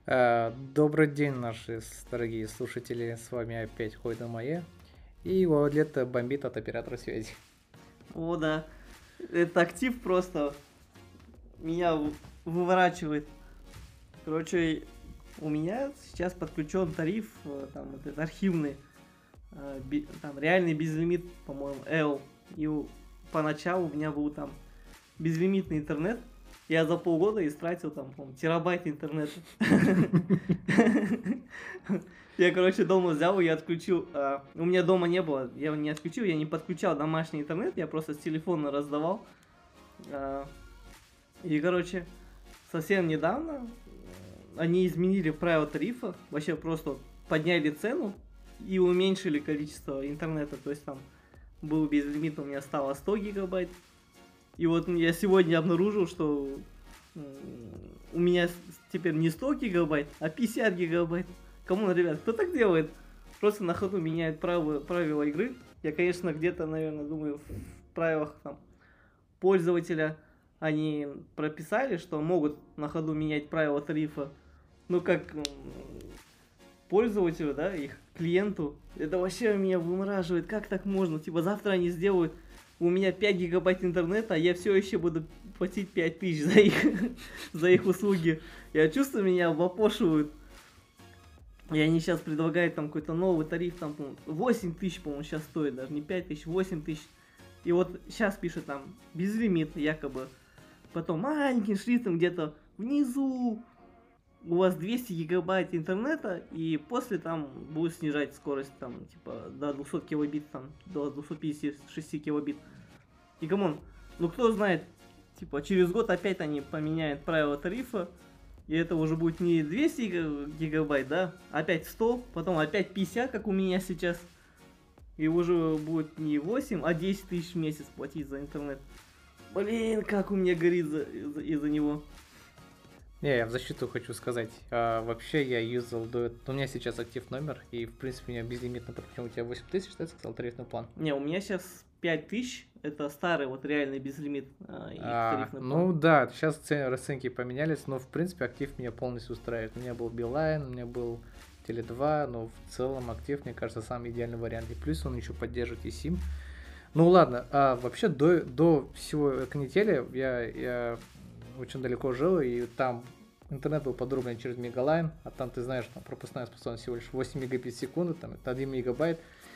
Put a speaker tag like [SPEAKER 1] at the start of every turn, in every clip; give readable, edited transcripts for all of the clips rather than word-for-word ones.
[SPEAKER 1] Добрый день, наши дорогие слушатели. С вами опять Хойда Мае. И его лето бомбит от оператора связи.
[SPEAKER 2] О, да. Этот актив просто меня выворачивает. Короче, у меня сейчас подключен тариф, там, вот этот архивный, там, реальный безлимит, по-моему, L. И поначалу у меня был там безлимитный интернет. Я за полгода истратил там, по-моему, терабайт интернета. Я, короче, дома взял и отключил. У меня дома не было, я не отключил, я не подключал домашний интернет, я просто с телефона раздавал. И, короче, совсем недавно они изменили правила тарифа, вообще просто подняли цену и уменьшили количество интернета. То есть там был безлимит, у меня стало 100 гигабайт. И вот я сегодня обнаружил, что у меня теперь не 100 гигабайт, а 50 гигабайт. Кому, ребят, кто так делает? Просто на ходу меняет правила игры. Я, конечно, где-то, наверное, думаю, в правилах там пользователя они прописали, что могут на ходу менять правила тарифа. Ну, как пользователю, да, их клиенту, это вообще меня вымораживает. Как так можно? Типа, завтра они сделают у меня 5 гигабайт интернета, а я все еще буду платить 5000 за их услуги. Я чувствую, меня вопошивают. И они сейчас предлагают там какой-то новый тариф, там 8 тысяч, по-моему, сейчас стоит, даже не 5 тысяч, 8 тысяч. И вот сейчас пишет там безлимит, якобы. Потом маленьким шрифтом где-то внизу у вас 200 гигабайт интернета, и после там будет снижать скорость там типа до 200 килобит, там до 256 килобит. И камон, ну кто знает, типа через год опять они поменяют правила тарифа, и это уже будет не 200 гигабайт, да, опять 100, потом опять 50, как у меня сейчас. И уже будет не 8, а 10 тысяч в месяц платить за интернет. Блин, как у меня горит из-за него.
[SPEAKER 1] Не, я в защиту хочу сказать. Вообще я юзал до этого. У меня сейчас актив номер, и в принципе у меня безлимитно подключен. У тебя 8000, ты сказал, тарифный план?
[SPEAKER 2] Не, у меня сейчас 5000, это старый вот реальный безлимит их тарифный план.
[SPEAKER 1] Ну да, сейчас расценки поменялись, но в принципе актив меня полностью устраивает. У меня был Билайн, у меня был Теле2, но в целом актив, мне кажется, самый идеальный вариант. И плюс он еще поддерживает eSIM. Ну ладно, вообще до всего канители я очень далеко жил, и там интернет был подрублен через Мегалайн, а там, ты знаешь, там пропускная способность всего лишь 8 мегабит в секунду, там это 1 мегабайт.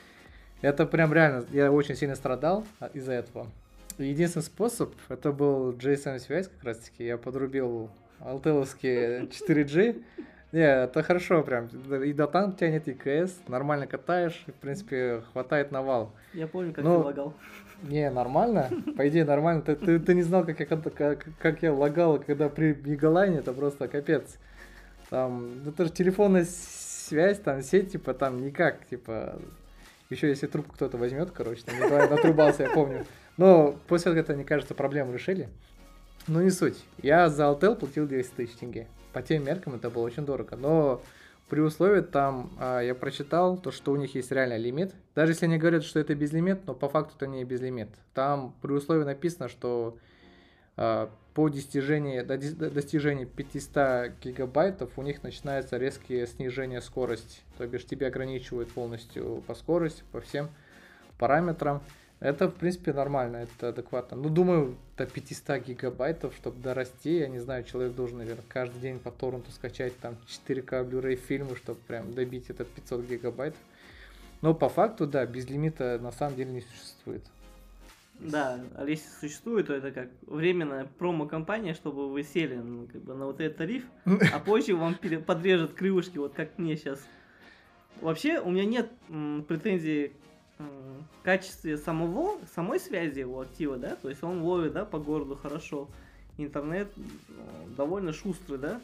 [SPEAKER 1] Это прям реально, я очень сильно страдал из-за этого. Единственный способ, это был GSM связь как раз таки, я подрубил алтеловские 4G. Не, это хорошо прям, и датан тянет, и КС, нормально катаешь, и, в принципе, хватает на вал.
[SPEAKER 2] Я помню, как
[SPEAKER 1] Но...
[SPEAKER 2] ты лагал.
[SPEAKER 1] Не, нормально, по идее нормально. Ты не знал, как я лагал, когда при Мегалайне, это просто капец. Там, это же телефонная связь, там сеть, типа, там никак, типа, еще если трубку кто-то возьмет, короче, там Мегалайн отрубался, я помню. Но после этого, мне кажется, проблему решили. Ну, не суть. Я за Алтел платил 200 тысяч тенге. По тем меркам это было очень дорого. Но при условии там я прочитал, то, что у них есть реально лимит. Даже если они говорят, что это безлимит, но по факту это не безлимит. Там при условии написано, что по достижении 500 гигабайтов у них начинается резкое снижение скорости. То бишь тебя ограничивают полностью по скорости, по всем параметрам. Это, в принципе, нормально, это адекватно. Ну, думаю, до 500 гигабайтов, чтобы дорасти, я не знаю, человек должен, наверное, каждый день по торренту скачать там 4К Blu-ray фильмы, чтобы прям добить этот 500 гигабайт. Но по факту, да, без лимита на самом деле не существует.
[SPEAKER 2] Да, а если существует, то это как временная промо-компания, чтобы вы сели как бы, на вот этот тариф, а позже вам подрежет крылышки, вот как мне сейчас. Вообще, у меня нет претензий в качестве самой связи у актива, да, то есть он ловит, да, по городу хорошо, интернет довольно шустрый, да,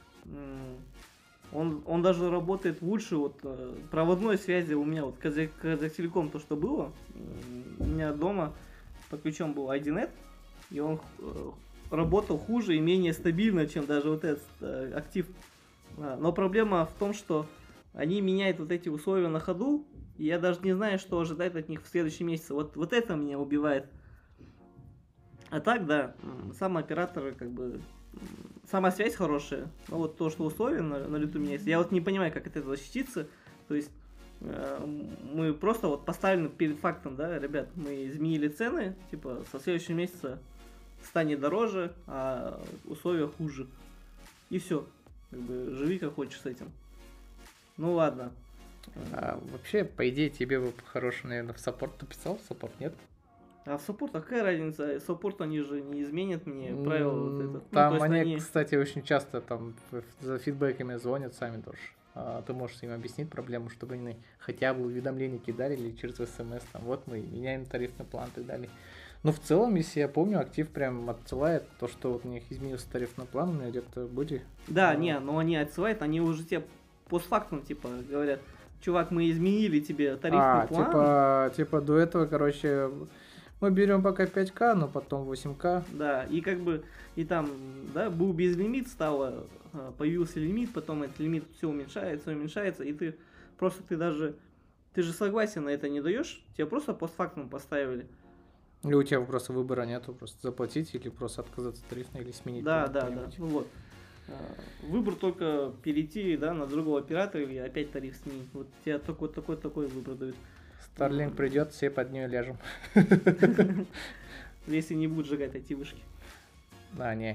[SPEAKER 2] он даже работает лучше вот проводной связи у меня, вот Казахтелеком то, что было, у меня дома подключен был IDNet, и он работал хуже и менее стабильно, чем даже вот этот актив. Но проблема в том, что они меняют вот эти условия на ходу, и я даже не знаю, что ожидать от них в следующем месяце. Вот это меня убивает. А так, да, сам оператор как бы сама связь хорошая, но вот то, что условия на лету меняются, я вот не понимаю, как от этого защититься. То есть мы просто вот поставлены перед фактом, да, ребят, мы изменили цены, типа со следующего месяца станет дороже, а условия хуже. И все. Как бы живи как хочешь с этим. Ну ладно.
[SPEAKER 1] Вообще, по идее, тебе бы по-хорошему, наверное, в саппорт написал, в саппорт нет?
[SPEAKER 2] А в саппорт какая разница? Саппорт они же не изменят мне правила вот это.
[SPEAKER 1] Там
[SPEAKER 2] Ну, то есть
[SPEAKER 1] они, кстати, очень часто там за фидбэками звонят сами тоже. Ты можешь им объяснить проблему, чтобы они хотя бы уведомления кидали или через СМС, там, вот мы меняем тарифный план и так далее. Но в целом, если я помню, Актив прям отсылает то, что вот у них изменился тарифный план, у меня где-то были.
[SPEAKER 2] Да, не, но они отсылают, они уже тебе постфактум, типа, говорят, чувак, мы изменили тебе тарифный план.
[SPEAKER 1] Типа до этого, короче, мы берем пока 5К, но потом 8К.
[SPEAKER 2] Да, и как бы, и там, да, был безлимит, стало, появился лимит, потом этот лимит все уменьшается, и ты просто, ты же согласен на это не даешь, тебе просто постфактум поставили.
[SPEAKER 1] Или у тебя просто выбора нету, просто заплатить или просто отказаться тарифно или сменить.
[SPEAKER 2] Да, ну вот. Выбор только перейти, да, на другого оператора или опять тариф сменить. Вот тебе такой выбор дают.
[SPEAKER 1] Starlink придет, все под нее ляжем.
[SPEAKER 2] Если не будут сжигать эти вышки.
[SPEAKER 1] Не.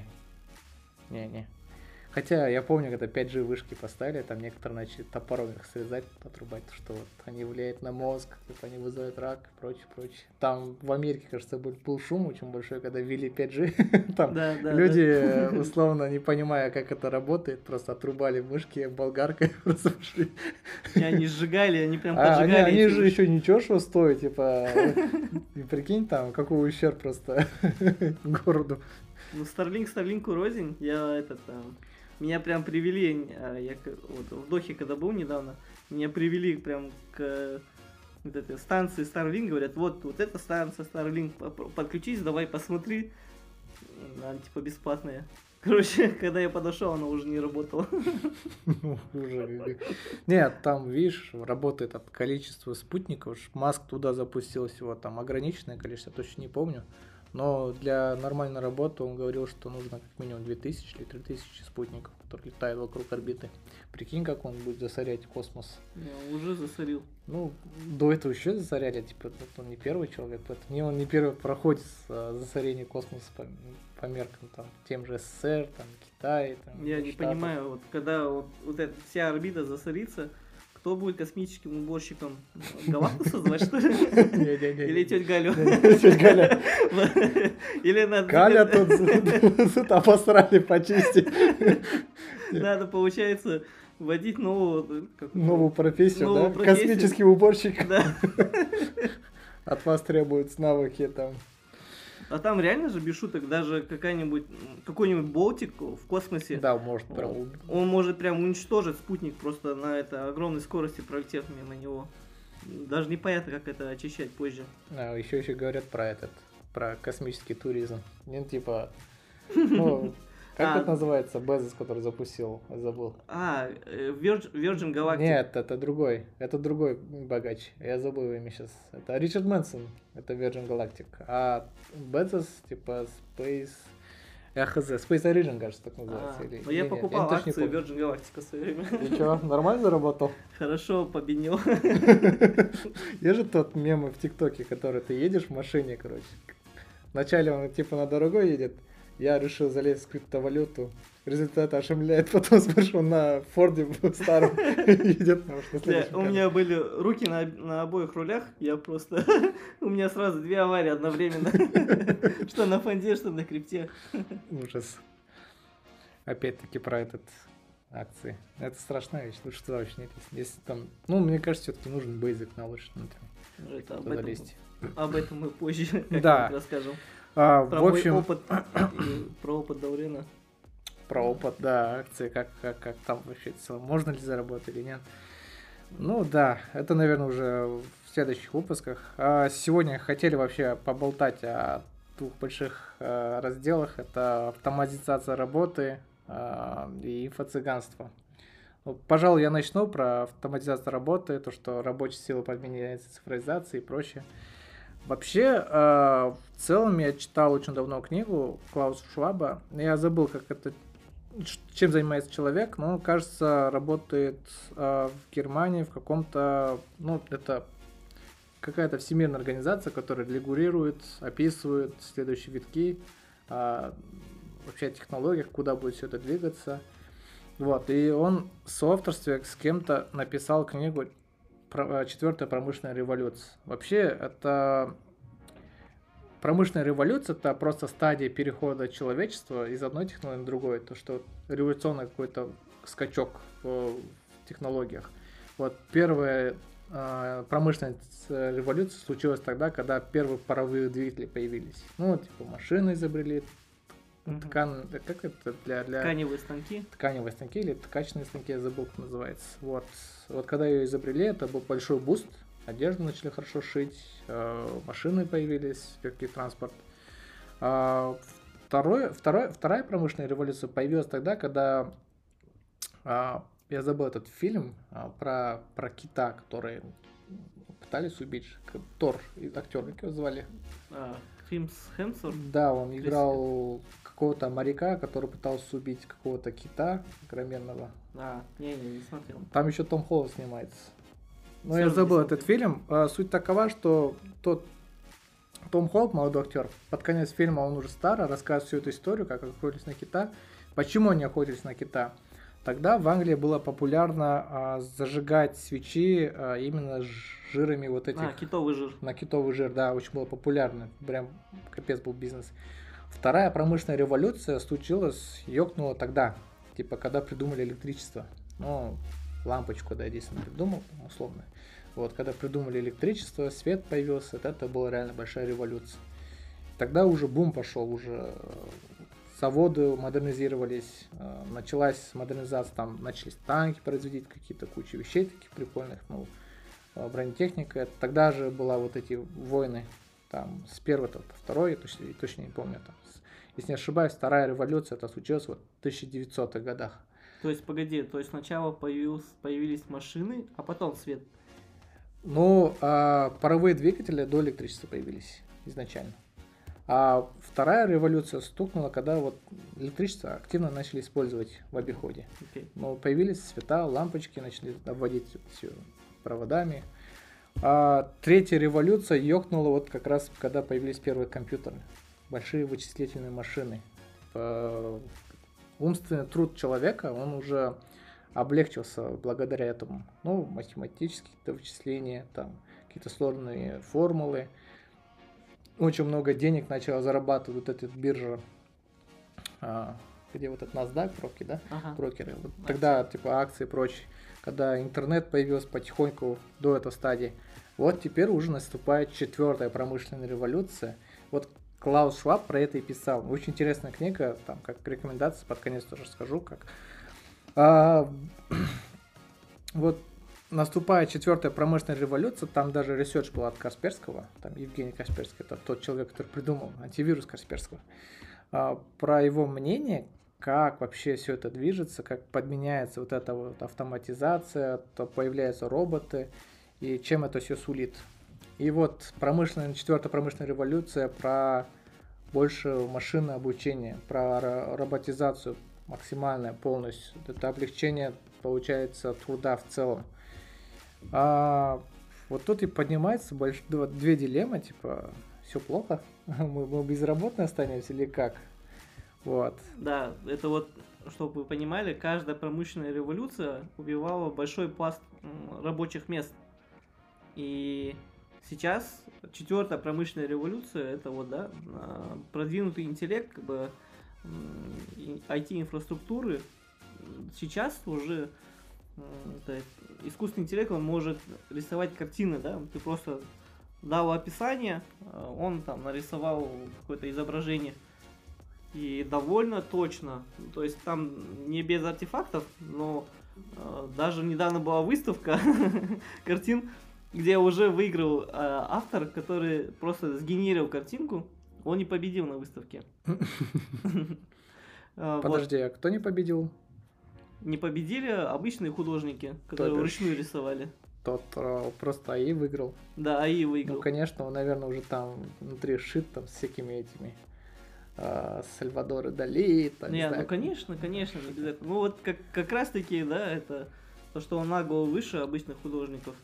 [SPEAKER 1] Хотя я помню, когда 5G вышки поставили, там некоторые начали топором их срезать, отрубать, что вот они влияют на мозг, типа они вызывают рак и прочее. Там в Америке, кажется, был шум очень большой, когда ввели 5G. Там люди, условно, не понимая, как это работает, просто отрубали мышки болгаркой, просто пошли.
[SPEAKER 2] И они сжигали, они прям поджигали.
[SPEAKER 1] Они же еще ничего, что стоят, типа, прикинь, там, какой ущерб просто городу.
[SPEAKER 2] Ну, Starlink рознь, меня прям привели, я вот в Дохе, когда был недавно, меня привели прям к вот этой станции Starlink, говорят, вот эта станция Starlink, подключись, давай посмотри, она типа бесплатная. Короче, когда я подошел, она уже не работала.
[SPEAKER 1] Нет, там, видишь, работает от количества спутников, Маск туда запустил всего там ограниченное количество, точно не помню. Но для нормальной работы он говорил, что нужно как минимум 2000 или 3000 спутников, которые летают вокруг орбиты. Прикинь, как он будет засорять космос.
[SPEAKER 2] Уже засорил.
[SPEAKER 1] Ну, до этого еще засоряли, типа, он не первый человек, поэтому он не первый проходит засорение космоса по меркам, там, тем же СССР, там, Китай. Там,
[SPEAKER 2] я не понимаю, вот когда вот эта вся орбита засорится, кто будет космическим уборщиком? Галакту созвать, что ли? Или тетя Галю?
[SPEAKER 1] Тетя Галя.
[SPEAKER 2] Или надо...
[SPEAKER 1] Галя тут обосрали почистить.
[SPEAKER 2] Надо, получается, вводить
[SPEAKER 1] новую профессию, да? Космический уборщик. Да. От вас требуются навыки там.
[SPEAKER 2] А там реально же, без шуток, даже какой-нибудь болтик в космосе.
[SPEAKER 1] Да, может прям.
[SPEAKER 2] Он может прям уничтожить спутник просто на огромной скорости, пролетев мимо него. Даже непонятно, как это очищать позже.
[SPEAKER 1] Еще говорят про космический туризм. Типа, как это называется? Безос, который запустил, забыл.
[SPEAKER 2] Virgin Galactic.
[SPEAKER 1] Нет, это другой богач. Я забыл его имя сейчас. Это Ричард Мэнсон, это Virgin Galactic. А Безос, типа Space Origin, кажется, так называется.
[SPEAKER 2] Я покупал акции Virgin Galactic в свое время.
[SPEAKER 1] И что, нормально заработал?
[SPEAKER 2] Хорошо, победил.
[SPEAKER 1] Я же тот мем в ТикТоке, который ты едешь в машине, короче. Вначале он типа на дорогой едет. Я решил залезть в криптовалюту. Результат ошеломляет, потом смотрю, он на Форде старом едет.
[SPEAKER 2] У меня были руки на обоих рулях, я просто... У меня сразу 2 аварии одновременно. Что на фонде, что на крипте.
[SPEAKER 1] Ужас. Опять-таки про этот акции. Это страшная вещь, лучше туда вообще не лезть. Если там... мне кажется, все-таки нужен basic knowledge.
[SPEAKER 2] Об этом мы позже как-нибудь расскажем.
[SPEAKER 1] В общем,
[SPEAKER 2] про опыт Даурена.
[SPEAKER 1] Про опыт, да, акции, как там вообще можно ли заработать или нет. Ну да, это, наверное, уже в следующих выпусках. Сегодня хотели вообще поболтать о 2 больших разделах. Это автоматизация работы и инфо-цыганство. Пожалуй, я начну про автоматизацию работы, то, что рабочая сила подменяется цифровизацией и прочее. Вообще, в целом я читал очень давно книгу Клауса Шваба. Я забыл, как это, чем занимается человек, но, кажется, работает в Германии в каком-то, ну, это какая-то всемирная организация, которая регулирует, описывает следующие витки, вообще о технологиях, куда будет все это двигаться. Вот, и он в соавторстве с кем-то написал книгу «Четвертая промышленная революция». Вообще, это промышленная революция — это просто стадия перехода человечества из одной технологии на другую. То, что революционный какой-то скачок в технологиях. Вот первая промышленная революция случилась тогда, когда первые паровые двигатели появились. Ну, типа машины изобрели, как это для...
[SPEAKER 2] Тканевые станки.
[SPEAKER 1] Тканевые станки или ткачные станки, я забыл, как называется. Вот когда ее изобрели, это был большой буст. Одежду начали хорошо шить, машины появились, легкий транспорт. Вторая промышленная революция появилась тогда, когда я забыл этот фильм про кита, который пытались убить. Тор, актер, как его звали?
[SPEAKER 2] Крис Хемсворт?
[SPEAKER 1] Да, он играл какого-то моряка, который пытался убить какого-то кита огроменного.
[SPEAKER 2] Не смотрел.
[SPEAKER 1] Там еще Том Холланд снимается. Но я забыл этот фильм. Суть такова, что тот Том Холланд, молодой актер, под конец фильма, он уже старый, рассказывает всю эту историю, как охотились на кита, почему они охотились на кита. Тогда в Англии было популярно зажигать свечи именно жирами вот этих...
[SPEAKER 2] китовый жир.
[SPEAKER 1] На китовый жир, да, очень было популярно. Прям капец был бизнес. Вторая промышленная революция случилась, ёкнула тогда, типа, когда придумали электричество. Ну, лампочку, да, единственное придумал, условно. Вот, когда придумали электричество, свет появился, это была реально большая революция. Тогда уже бум пошел, уже заводы модернизировались, началась модернизация, там начались танки производить, какие-то куча вещей таких прикольных, ну, бронетехника. Тогда же была вот эти войны, там, с первой по второй, точно не помню, там, если не ошибаюсь, вторая революция, это случилось вот в 1900-х годах.
[SPEAKER 2] То есть, погоди, сначала появились машины, а потом свет?
[SPEAKER 1] Ну, паровые двигатели до электричества появились изначально. А вторая революция стукнула, когда вот электричество активно начали использовать в обиходе.
[SPEAKER 2] Okay.
[SPEAKER 1] Ну, появились цвета, лампочки, начали обводить все проводами. А третья революция ёкнула вот как раз, когда появились первые компьютеры. Большие вычислительные машины. Умственный труд человека, он уже облегчился благодаря этому. Ну, математические вычисления, там, какие-то сложные формулы. Очень много денег начала зарабатывать вот эта биржа, где вот этот NASDAQ, да? Брокеры. Вот тогда, типа, акции и прочее. Когда интернет появился потихоньку до этой стадии. Вот теперь уже наступает четвертая промышленная революция. Вот Клаус Шваб про это и писал. Очень интересная книга, там, как рекомендация, под конец тоже скажу, как. Вот наступает четвертая промышленная революция, там даже ресерч был от Касперского, там Евгений Касперский, это тот человек, который придумал антивирус Касперского, про его мнение, как вообще все это движется, как подменяется вот эта вот автоматизация, то появляются роботы, и чем это все сулит. И вот четвертая промышленная революция про больше машинное обучение, про роботизацию максимальное полностью. Это облегчение, получается, труда в целом. Вот тут и поднимается две дилеммы, типа, все плохо, мы безработные останемся или как? Вот.
[SPEAKER 2] Да, это вот, чтобы вы понимали, каждая промышленная революция убивала большой пласт рабочих мест. И сейчас четвертая промышленная революция, это вот, да, продвинутый интеллект, как бы, IT-инфраструктуры. Сейчас уже искусственный интеллект, он может рисовать картины, да, ты просто дал описание, он там нарисовал какое-то изображение, и довольно точно, то есть там не без артефактов, но даже недавно была выставка картин, где уже выиграл автор, который просто сгенерировал картинку, он не победил на выставке.
[SPEAKER 1] Подожди, а кто не победил?
[SPEAKER 2] Не победили обычные художники, которые вручную рисовали.
[SPEAKER 1] тот просто АИ выиграл.
[SPEAKER 2] Да, АИ выиграл.
[SPEAKER 1] Ну, конечно, он, наверное, уже там внутри шит там с всякими этими Сальвадоры Дали, там, не знаю.
[SPEAKER 2] Ну конечно, не без этого. Ну вот как раз таки, да, это то, что он на голову выше обычных художников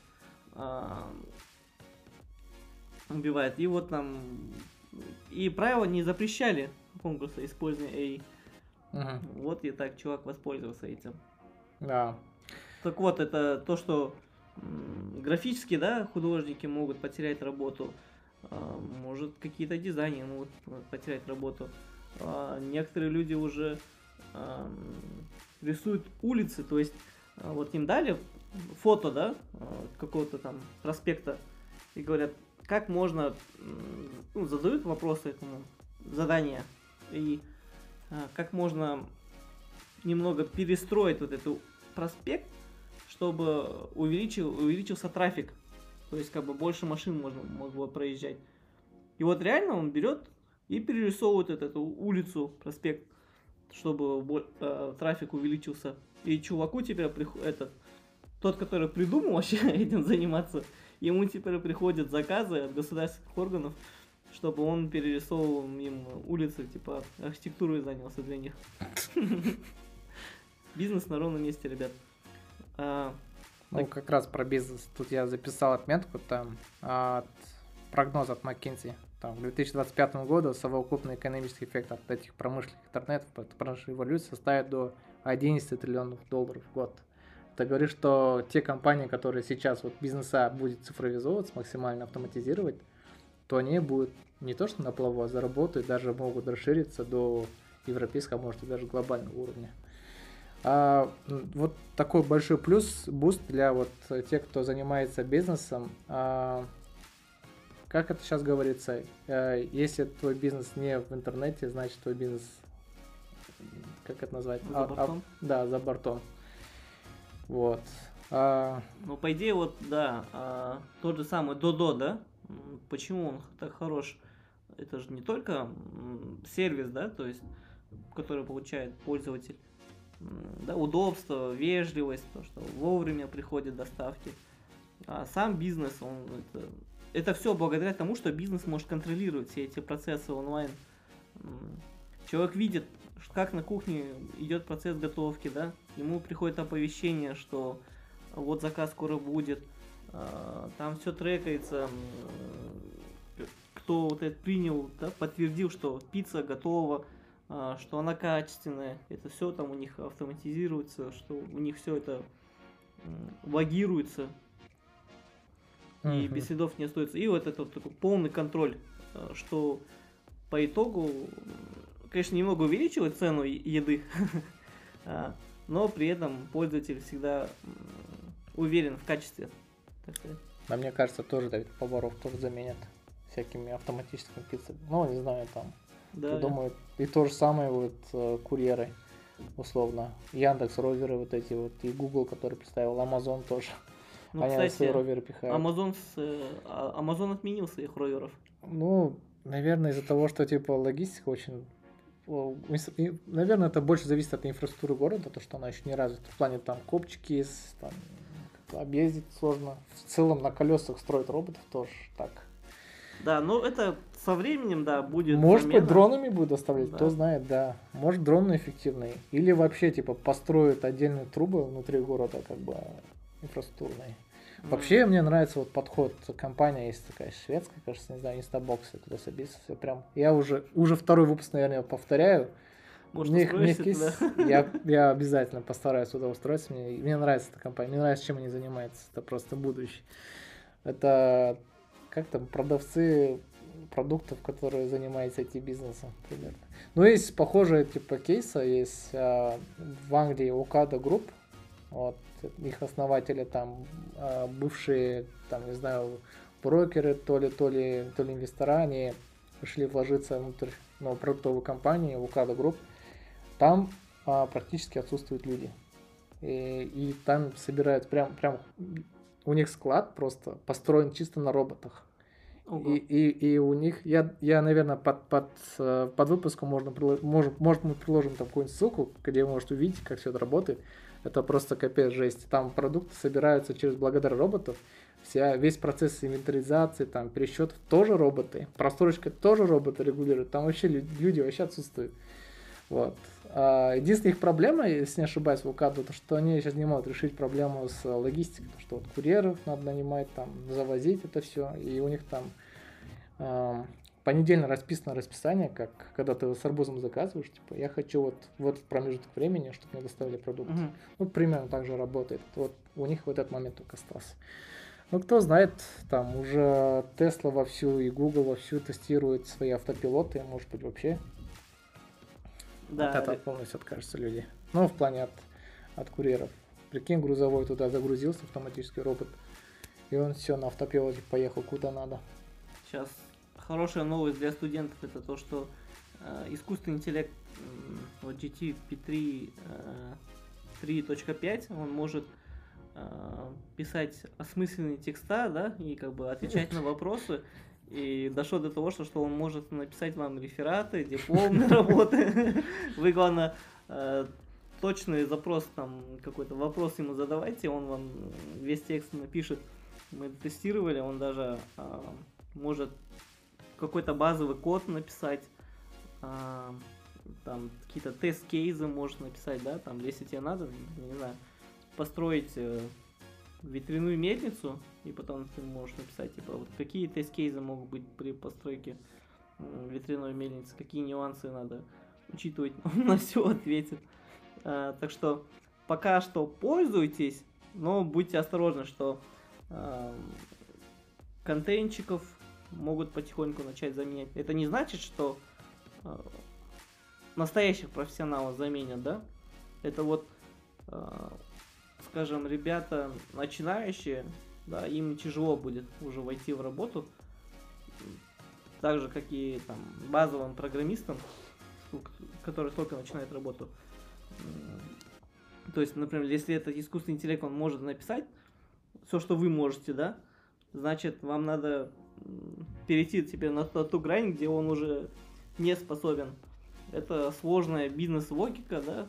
[SPEAKER 2] убивает. И вот там и правила не запрещали конкурса использования AI.
[SPEAKER 1] Угу.
[SPEAKER 2] Вот и так чувак воспользовался этим.
[SPEAKER 1] Да.
[SPEAKER 2] Так вот, это то, что графические, да, художники могут потерять работу, может, какие-то дизайнеры могут потерять работу. Некоторые люди уже рисуют улицы, то есть вот им дали фото, да, какого-то там проспекта, и говорят, как можно, ну, задают вопросы этому задания, и как можно немного перестроить вот этот проспект, чтобы увеличился трафик, то есть как бы больше машин могло проезжать. И вот реально он берет и перерисовывает эту улицу, проспект, чтобы трафик увеличился. И чуваку теперь тот, который придумал вообще этим заниматься, ему теперь приходят заказы от государственных органов, чтобы он перерисовывал им улицы, типа архитектурой занялся для них. Бизнес на ровном месте, ребят.
[SPEAKER 1] Ну, как раз про бизнес. Тут я записал отметку, там, прогноз от McKinsey. Там, к 2025 году совокупный экономический эффект от этих промышленных интернетов, от промышленной революции составит до 11 триллионов долларов в год. Это говорит, что те компании, которые сейчас вот бизнеса будет цифровизовываться, максимально автоматизировать, то они будут не то что на плаву, а заработают, даже могут расшириться до европейского, а может и даже глобального уровня. Вот такой большой плюс, буст для вот тех, кто занимается бизнесом. Как это сейчас говорится, если твой бизнес не в интернете, значит твой бизнес, как это назвать?
[SPEAKER 2] За бортом?
[SPEAKER 1] Да, за бортом. Вот.
[SPEAKER 2] Ну, по идее, вот, да, тот же самый Додо, да? Почему он так хорош? Это же не только сервис, да, то есть, который получает пользователь. Да, удобство, вежливость, то, что вовремя приходят доставки. А сам бизнес, это все благодаря тому, что бизнес может контролировать все эти процессы онлайн. Человек видит, как на кухне идет процесс готовки, да, ему приходит оповещение, что вот заказ скоро будет, там все трекается, кто вот это принял, да, подтвердил, что пицца готова, что она качественная, это все там у них автоматизируется, что у них все это логируется, и без следов не остается. И вот это вот такой полный контроль, что по итогу, конечно, немного увеличивает цену еды, но при этом пользователь всегда уверен в качестве.
[SPEAKER 1] А мне кажется, тоже Давид поваров тоже заменят всякими автоматическими пиццами. Ну, не знаю, там. Да. Думаю, и то же самое вот курьеры, условно. Яндекс, роверы вот эти вот, и Google, который представил, Amazon тоже.
[SPEAKER 2] Ну,
[SPEAKER 1] они
[SPEAKER 2] кстати,
[SPEAKER 1] свои роверы пихают.
[SPEAKER 2] Amazon отменил своих роверов.
[SPEAKER 1] Ну, наверное, из-за того, что типа логистика очень... Наверное, это больше зависит от инфраструктуры города, то, что она еще не развита. В плане там копчики есть, там объездить сложно. В целом на колесах строят роботов тоже так.
[SPEAKER 2] Да, но это со временем, да, будет.
[SPEAKER 1] Может
[SPEAKER 2] замена.
[SPEAKER 1] быть, дронами будут доставлять,
[SPEAKER 2] да.
[SPEAKER 1] Кто знает, да. Может, дроны эффективные. Или вообще, типа, построят отдельные трубы внутри города, как бы, инфраструктурные. Вообще, мне нравится вот подход. Компания есть такая шведская, кажется, не знаю, Instabox, я туда собился, все прям. Я уже второй выпуск, наверное, повторяю.
[SPEAKER 2] Может,
[SPEAKER 1] я обязательно постараюсь туда устроиться. Мне нравится эта компания, мне нравится, чем они занимаются. Это просто будущее. Это как там продавцы продуктов, которые занимаются IT-бизнесом, примерно. Но есть похожие типа кейса, есть в Англии Ocado Group, вот, их основатели там бывшие, там, не знаю, брокеры, то ли инвестора, они решили вложиться внутрь продуктовой компании Ocado Group. Там практически отсутствуют люди. И там собирают прям у них склад просто построен чисто на роботах.
[SPEAKER 2] Ого.
[SPEAKER 1] И у них, наверное, под выпуском может, мы приложим там какую-нибудь ссылку, где вы можете увидеть, как все это работает. Это просто капец жесть. Там продукты собираются благодаря роботов. Весь процесс инвентаризации, там, пересчетов тоже роботы. Просрочка тоже роботы регулируют. Там вообще люди вообще отсутствуют. Вот. Единственная их проблема, если не ошибаюсь, в УКАДу, то что они сейчас не могут решить проблему с логистикой, потому что вот курьеров надо нанимать, там, завозить это все, и у них там понедельно расписано расписание, как когда ты с арбузом заказываешь, типа, я хочу вот в этот промежуток времени, чтобы мне доставили продукт.
[SPEAKER 2] Мгм.
[SPEAKER 1] Ну, примерно так же работает. Вот у них в этот момент только остался. Ну, кто знает, там уже Tesla вовсю и Google вовсю тестируют свои автопилоты, может быть, вообще
[SPEAKER 2] Да,
[SPEAKER 1] от этого полностью откажутся люди. Ну, в плане от курьеров. Прикинь, грузовой туда загрузился, автоматический робот, и он все на автопилоте поехал куда надо.
[SPEAKER 2] сейчас хорошая новость для студентов это то, что искусственный интеллект вот GPT 3.5, он может писать осмысленные текста, да, и как бы отвечать на вопросы. И дошло до того, что он может написать вам рефераты, дипломные работы. Вы, главное, точный запрос, там, какой-то вопрос ему задавайте, он вам весь текст напишет. Мы тестировали, он даже может какой-то базовый код написать, там какие-то тест-кейсы может написать, да, там, если тебе надо, не знаю, построить ветряную мельницу, и потом ты можешь написать, типа, вот какие тест-кейсы могут быть при постройке ветряной мельницы, какие нюансы надо учитывать, он на все ответит. Так что пока что пользуйтесь, но будьте осторожны, что контентчиков могут потихоньку начать заменять. Это не значит, что настоящих профессионалов заменят, да? Это вот, скажем, ребята начинающие, да, им тяжело будет уже войти в работу, так же, как и там базовым программистам, которые только начинают работу. То есть, например, если этот искусственный интеллект, он может написать все, что вы можете, да, значит, вам надо перейти теперь на ту грань, где он уже не способен. Это сложная бизнес-логика, да,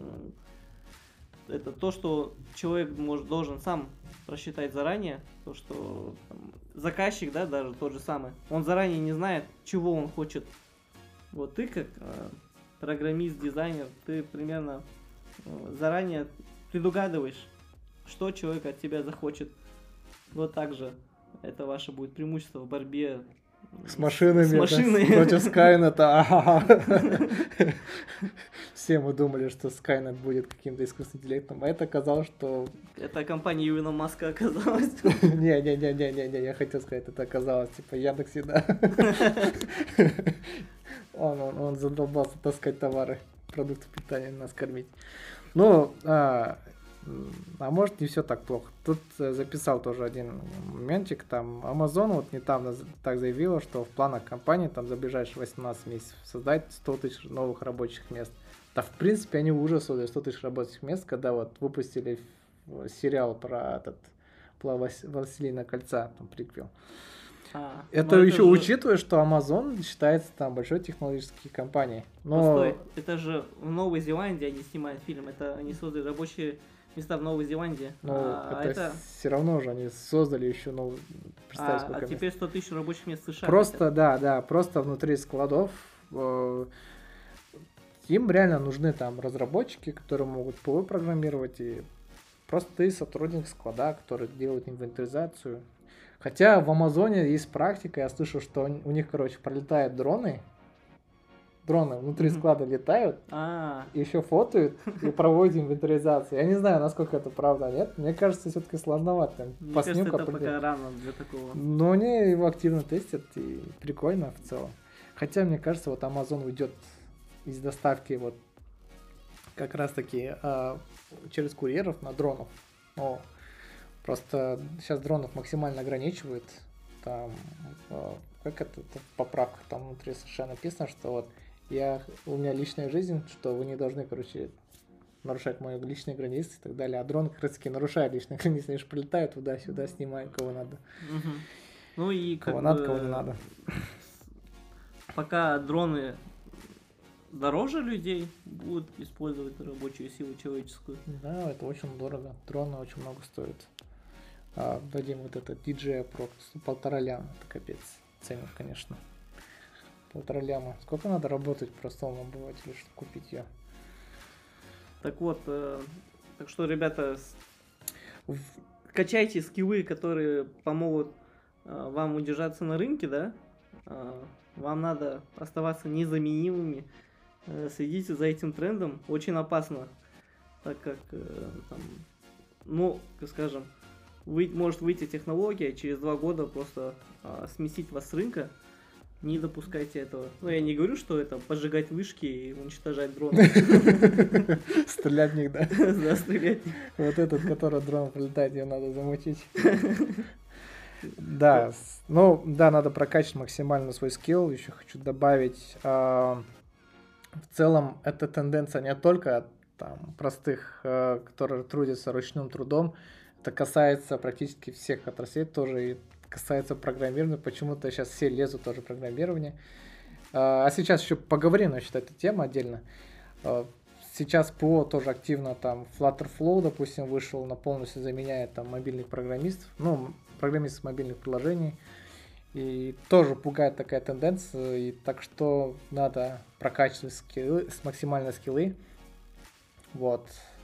[SPEAKER 2] это то, что человек должен сам просчитать заранее, то, что там, заказчик, да, даже тот же самый, он заранее не знает, чего он хочет. Вот ты как программист, дизайнер, ты примерно заранее предугадываешь, что человек от тебя захочет. Вот так же это ваше будет преимущество в борьбе
[SPEAKER 1] с машинами,
[SPEAKER 2] с машиной.
[SPEAKER 1] Да, против Skynet. Все мы думали, что Skynet будет каким-то искусственным интеллектом, а это оказалось, что...
[SPEAKER 2] Это компания Илона Маска оказалась.
[SPEAKER 1] Не, я хотел сказать, это оказалось, типа, Яндекс.Еда. Он задолбался таскать товары, продукты питания, нас кормить. Ну, а может не все так плохо. Тут записал тоже один моментик, там Amazon вот недавно так заявила, что в планах компании там за ближайшие 18 месяцев создать 100 тысяч новых рабочих мест. Да, в принципе, они уже создали 100 тысяч рабочих мест, когда вот выпустили сериал про «Властелина кольца», там приквел. Это еще учитывая, что Amazon считается там большой технологической компанией. Но...
[SPEAKER 2] Постой, это же в Новой Зеландии они снимают фильм, это они создали рабочие места в Новой Зеландии.
[SPEAKER 1] Но это все равно же они создали еще новый...
[SPEAKER 2] А теперь 100 тысяч рабочих мест в США.
[SPEAKER 1] Просто, хотят. Да, просто внутри складов им реально нужны там разработчики, которые могут ПВ программировать, и просто ты сотрудник склада, который делает инвентаризацию. Хотя в Амазоне есть практика, я слышал, что у них, пролетают дроны внутри склада летают, и еще фотоют и проводят инвентаризацию. Я не знаю, насколько это правда, нет. Мне кажется, все-таки сложновато.
[SPEAKER 2] Мне кажется, это пока рано для такого.
[SPEAKER 1] Но они его активно тестят, и прикольно в целом. Хотя, мне кажется, вот Amazon уйдет из доставки вот как раз-таки через курьеров на дронов. Просто сейчас дронов максимально ограничивают. Там, как это в поправках там внутри США написано, что вот у меня личная жизнь, что вы не должны, нарушать мои личные границы и так далее. А дрон как раз таки нарушает личные границы, они же прилетают туда-сюда, снимают кого надо.
[SPEAKER 2] Ну и
[SPEAKER 1] Кого надо, кого не надо.
[SPEAKER 2] Пока дроны дороже людей, будут использовать рабочую силу человеческую.
[SPEAKER 1] Да, это очень дорого. Дроны очень много стоят. Дадим вот этот DJI Pro 1,5 ляма. Это капец. Ценят, конечно. 1,5 ляма. Сколько надо работать простому обывателю, чтобы купить ее?
[SPEAKER 2] Так вот, так что, ребята, качайте скиллы, которые помогут вам удержаться на рынке, да? Вам надо оставаться незаменимыми. Следите за этим трендом. Очень опасно, так как, скажем, может выйти технология, через 2 года просто сместить вас с рынка. Не допускайте этого. Ну, я не говорю, что это поджигать вышки и уничтожать дроны.
[SPEAKER 1] Стрелять в них, да?
[SPEAKER 2] Да, стрелять.
[SPEAKER 1] Вот этот, который дрон прилетает, ее надо замутить. Да, ну, да, надо прокачивать максимально свой скилл. Еще хочу добавить, в целом, эта тенденция не только там простых, которые трудятся ручным трудом. Это касается практически всех отраслей тоже, и касается программирования. Почему-то сейчас все лезут тоже в программирование. А сейчас еще поговорим насчет этой темы отдельно. Сейчас ПО тоже активно, там Flutterflow, допустим, вышел, полностью заменяет там мобильных программистов, программистов мобильных приложений. И тоже пугает такая тенденция, и так что надо прокачивать скиллы, максимально скиллы. Вот.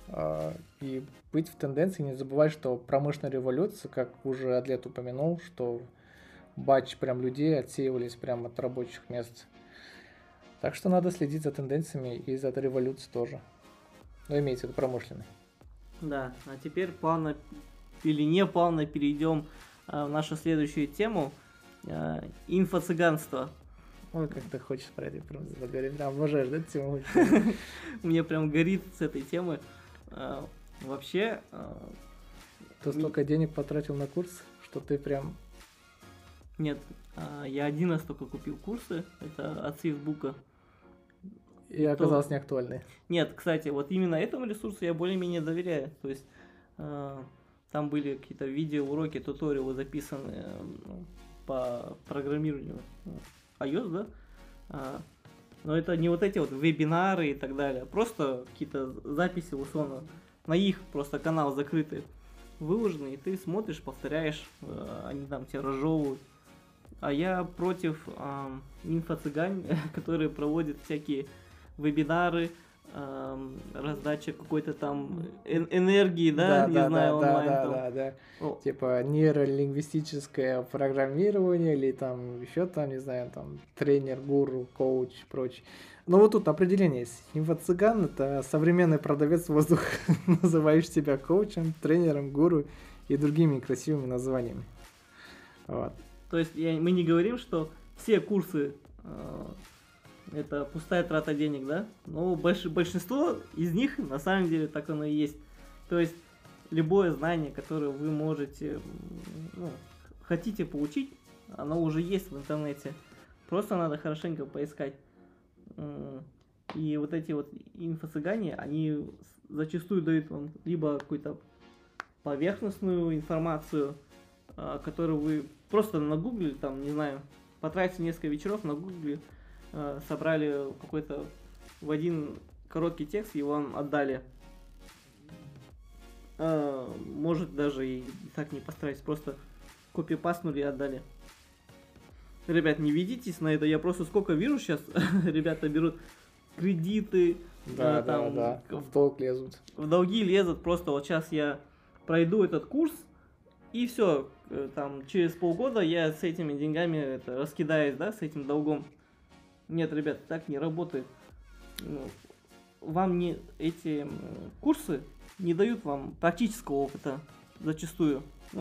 [SPEAKER 1] И быть в тенденции, не забывать, что промышленная революция, как уже Адлет упомянул, что батч прям людей отсеивались прямо от рабочих мест. Так что надо следить за тенденциями и за этой революцией тоже. Но имеется в виду промышленной.
[SPEAKER 2] Да, а теперь плавно или не плавно перейдем в нашу следующую тему. Инфо-цыганство.
[SPEAKER 1] Ой, как ты хочешь про это поговорить. Прям обожаешь, да, тему?
[SPEAKER 2] Мне прям горит с этой темы. Вообще...
[SPEAKER 1] Ты столько денег потратил на курс, что ты прям...
[SPEAKER 2] Нет, я 1 раз только купил курсы, это от Фейсбука.
[SPEAKER 1] И оказалось неактуальный.
[SPEAKER 2] Нет, кстати, вот именно этому ресурсу я более-менее доверяю. То есть там были какие-то видеоуроки, туториалы записаны по программированию iOS, да? Но это не вот эти вот вебинары и так далее. Просто какие-то записи, условно, на их просто канал закрытый выложены, и ты смотришь, повторяешь, они там тебя разжевывают. А я против инфо-цыган, которые проводят всякие вебинары, раздача какой-то там энергии, да, не знаю, онлайн.
[SPEAKER 1] Да. Типа нейролингвистическое программирование или там еще там, не знаю, там тренер, гуру, коуч, прочее. Но вот тут определение есть. Инфо-цыган — это современный продавец воздуха, называешь себя коучем, тренером, гуру и другими красивыми названиями. Вот.
[SPEAKER 2] То есть мы не говорим, что все курсы это пустая трата денег, да? Но большинство из них на самом деле так оно и есть. То есть любое знание, которое вы можете, хотите получить, оно уже есть в интернете. Просто надо хорошенько поискать. И вот эти вот инфо-цыгане, они зачастую дают вам либо какую-то поверхностную информацию, которую вы просто нагуглили, там, не знаю, потратили несколько вечеров, нагуглили, собрали какой-то в один короткий текст, его вам отдали. Может даже и так не постарайтесь, просто копипастнули и отдали. Ребят, не ведитесь на это, я просто сколько вижу сейчас, ребята берут кредиты,
[SPEAKER 1] да, в долг лезут.
[SPEAKER 2] В долги лезут, просто вот сейчас я пройду этот курс, и все, там через полгода я с этими деньгами раскидаюсь, да, с этим долгом. Нет, ребят, так не работает. Вам эти курсы не дают вам практического опыта зачастую.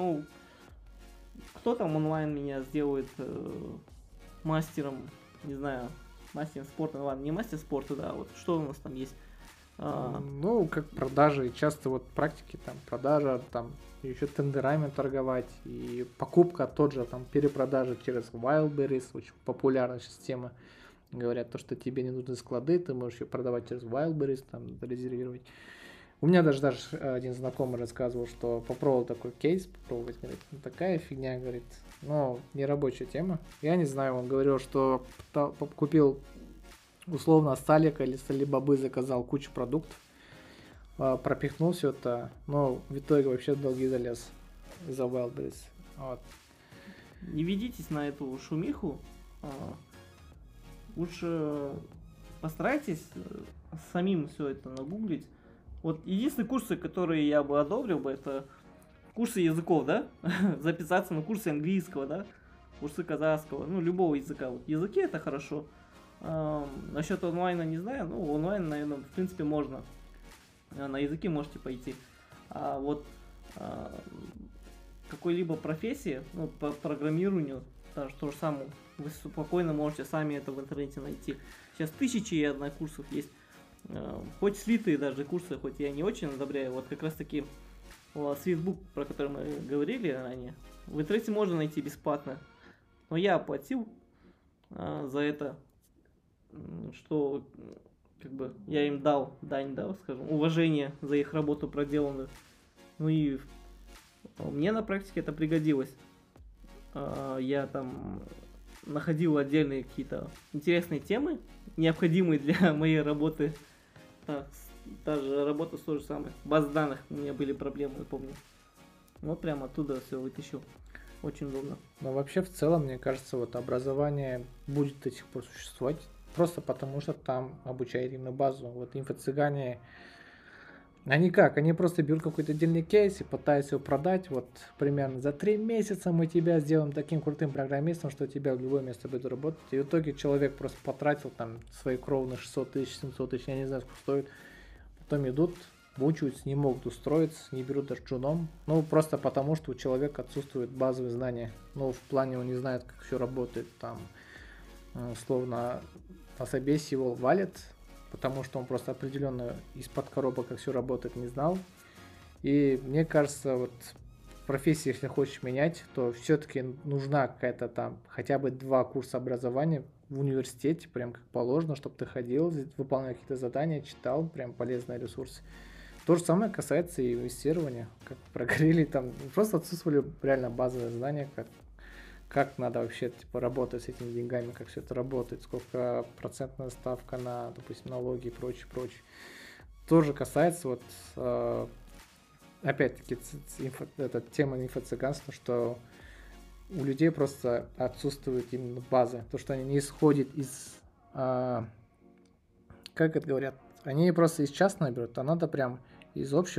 [SPEAKER 2] Кто там онлайн меня сделает мастером, не знаю, мастером спорта, ладно, не мастер спорта, да, вот что у нас там есть?
[SPEAKER 1] Как продажи, часто вот практики, там, продажа, там, еще тендерами торговать, и покупка, тот же, там, перепродажа через Wildberries, очень популярная сейчас тема. Говорят, то, что тебе не нужны склады, ты можешь ее продавать через Wildberries, там, резервировать. У меня даже один знакомый рассказывал, что попробовал такой кейс, попробовать, говорит, ну такая фигня, говорит, но не рабочая тема. Я не знаю, он говорил, что купил условно с Алика или с Алибабы, заказал кучу продуктов, пропихнул все это, но в итоге вообще в долги залез из-за Wildberries. Вот.
[SPEAKER 2] Не ведитесь на эту шумиху. Лучше постарайтесь самим все это нагуглить. Вот единственные курсы, которые я бы одобрил бы, это курсы языков, да? Записаться на курсы английского, да? Курсы казахского, ну, любого языка. Вот языки это хорошо. Насчет онлайна не знаю, ну, онлайн, наверное, в принципе, можно. На языки можете пойти. А вот какой-либо профессии, ну, по программированию, то же самое, вы спокойно можете сами это в интернете найти. Сейчас тысячи и одна курсов есть. Хоть слитые даже курсы, хоть я не очень одобряю. Вот как раз таки Sweetbook, про который мы говорили ранее, в интернете можно найти бесплатно. Но я оплатил за это, что как бы я им дал, дань дал, скажем, уважение за их работу проделанную. Ну и мне на практике это пригодилось. Я там находил отдельные какие-то интересные темы, необходимые для моей работы. Та же работа с той же самой. Баз данных, у меня были проблемы, я помню. Вот прямо оттуда все вытащил. Очень удобно.
[SPEAKER 1] Но вообще в целом, мне кажется, вот образование будет до сих пор существовать, просто потому что там обучают именно базу. Вот инфо-цыгане, они как? Они просто берут какой-то отдельный кейс и пытаются его продать. Вот примерно за 3 месяца мы тебя сделаем таким крутым программистом, что тебя в любое место будет работать. И в итоге человек просто потратил там свои кровные 600 тысяч, 700 тысяч, я не знаю, сколько стоит. Потом идут, мучаются, не могут устроиться, не берут даже джуном. Ну, просто потому, что у человека отсутствуют базовые знания. Ну, в плане он не знает, как все работает. Там, условно, на собесе его валят, потому что он просто определенно из-под коробок, как все работает, не знал. И мне кажется, вот в профессии, если хочешь менять, то все-таки нужна какая-то там хотя бы 2 курса образования в университете, прям как положено, чтобы ты ходил, выполнял какие-то задания, читал, прям полезные ресурсы. То же самое касается и инвестирования, как прогорели, там просто отсутствовали реально базовые знания, как надо вообще типа работать с этими деньгами, как все это работает, сколько процентная ставка на, допустим, налоги и прочее, прочее. Тоже касается вот, опять-таки, эта тема инфо-цыганства, что у людей просто отсутствует именно база, то, что они не исходят из, как это говорят, они просто из частного берут, а надо прям из общего,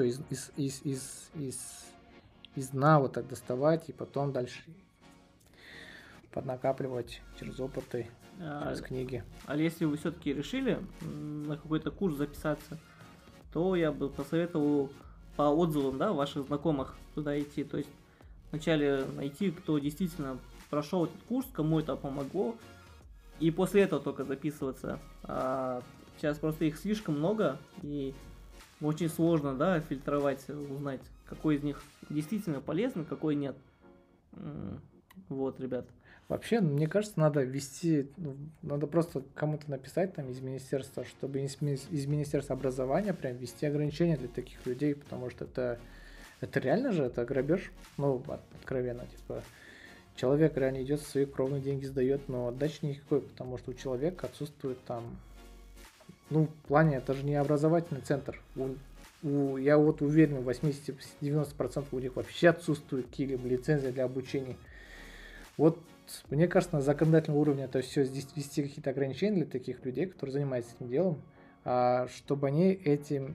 [SPEAKER 1] из дна вот так доставать и потом дальше поднакапливать через опыты, через книги.
[SPEAKER 2] А если вы все-таки решили на какой-то курс записаться, то я бы посоветовал по отзывам, да, ваших знакомых туда идти. То есть вначале найти, кто действительно прошел этот курс, кому это помогло, и после этого только записываться. Сейчас просто их слишком много, и очень сложно, да, фильтровать, узнать, какой из них действительно полезный, какой нет. Вот, ребят.
[SPEAKER 1] Вообще, мне кажется, надо ввести, надо просто кому-то написать там из министерства, чтобы из министерства образования прям ввести ограничения для таких людей, потому что это реально же, это грабеж, ну, откровенно, типа, человек реально идет, свои кровные деньги сдает, но отдачи никакой, потому что у человека отсутствует там, ну, в плане, это же не образовательный центр, я вот уверен, 80-90% у них вообще отсутствуют какие-либо лицензии для обучения. Вот, мне кажется, на законодательном уровне это все здесь ввести какие-то ограничения для таких людей, которые занимаются этим делом, чтобы они этим